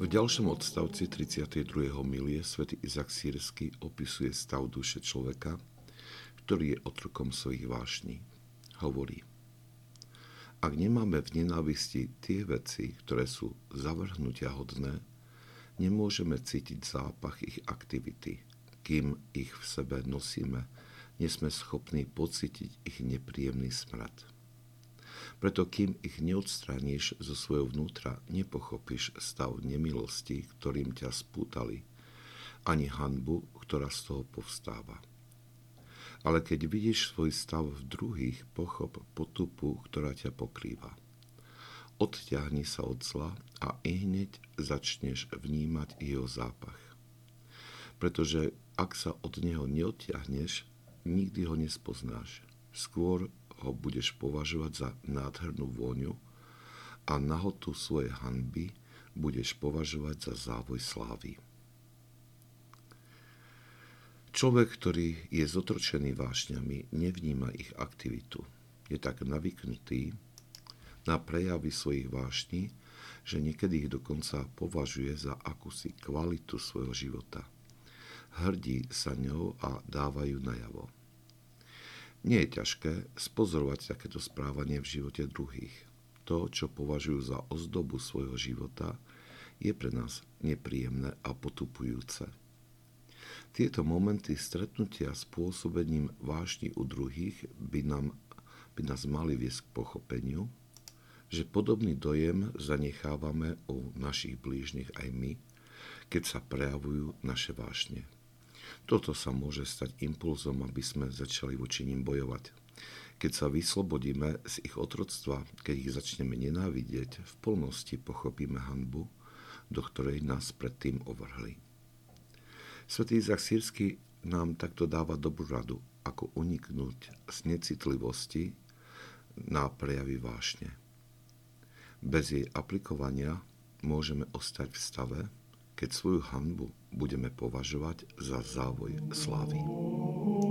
V ďalšom odstavci 32. homilie svätý Izak Sýrsky opisuje stav duše človeka, ktorý je otrokom svojich vášní. Hovorí: ak nemáme v nenávisti tie veci, ktoré sú zavrhnutia hodné, nemôžeme cítiť zápach ich aktivity. Kým ich v sebe nosíme, nie sme schopní pocítiť ich nepríjemný smrad. Preto kým ich neodstrániš zo svojho vnútra, nepochopíš stav nemilosti, ktorým ťa spútali, ani hanbu, ktorá z toho povstáva. Ale keď vidíš svoj stav v druhých, pochop potupu, ktorá ťa pokrýva. Odťahni sa od zla a ihneď začneš vnímať jeho zápach. Pretože ak sa od neho neodtiahneš, nikdy ho nespoznáš. Skôr ho budeš považovať za nádhernú vôňu a nahotu svojej hanby budeš považovať za závoj slávy. Človek, ktorý je zotročený vášňami, nevníma ich aktivitu. Je tak navyknutý na prejavy svojich vášní, že niekedy ich dokonca považuje za akúsi kvalitu svojho života. Hrdí sa ňou a dávajú najavo. Nie je ťažké spozorovať takéto správanie v živote druhých. To, čo považujú za ozdobu svojho života, je pre nás nepríjemné a potupujúce. Tieto momenty stretnutia s pôsobením vášni u druhých by nás mali viesť k pochopeniu, že podobný dojem zanechávame u našich blížnych aj my, keď sa prejavujú naše vášne. Toto sa môže stať impulzom, aby sme začali voči nim bojovať. Keď sa vyslobodíme z ich otroctva, keď ich začneme nenávidieť, v plnosti pochopíme hanbu, do ktorej nás predtým ovrhli. Svätý Izak Sýrsky nám takto dáva dobrú radu, ako uniknúť z necitlivosti na prejavy vášne. Bez jej aplikovania môžeme ostať v stave, keď svoju hanbu budeme považovať za závoj slávy.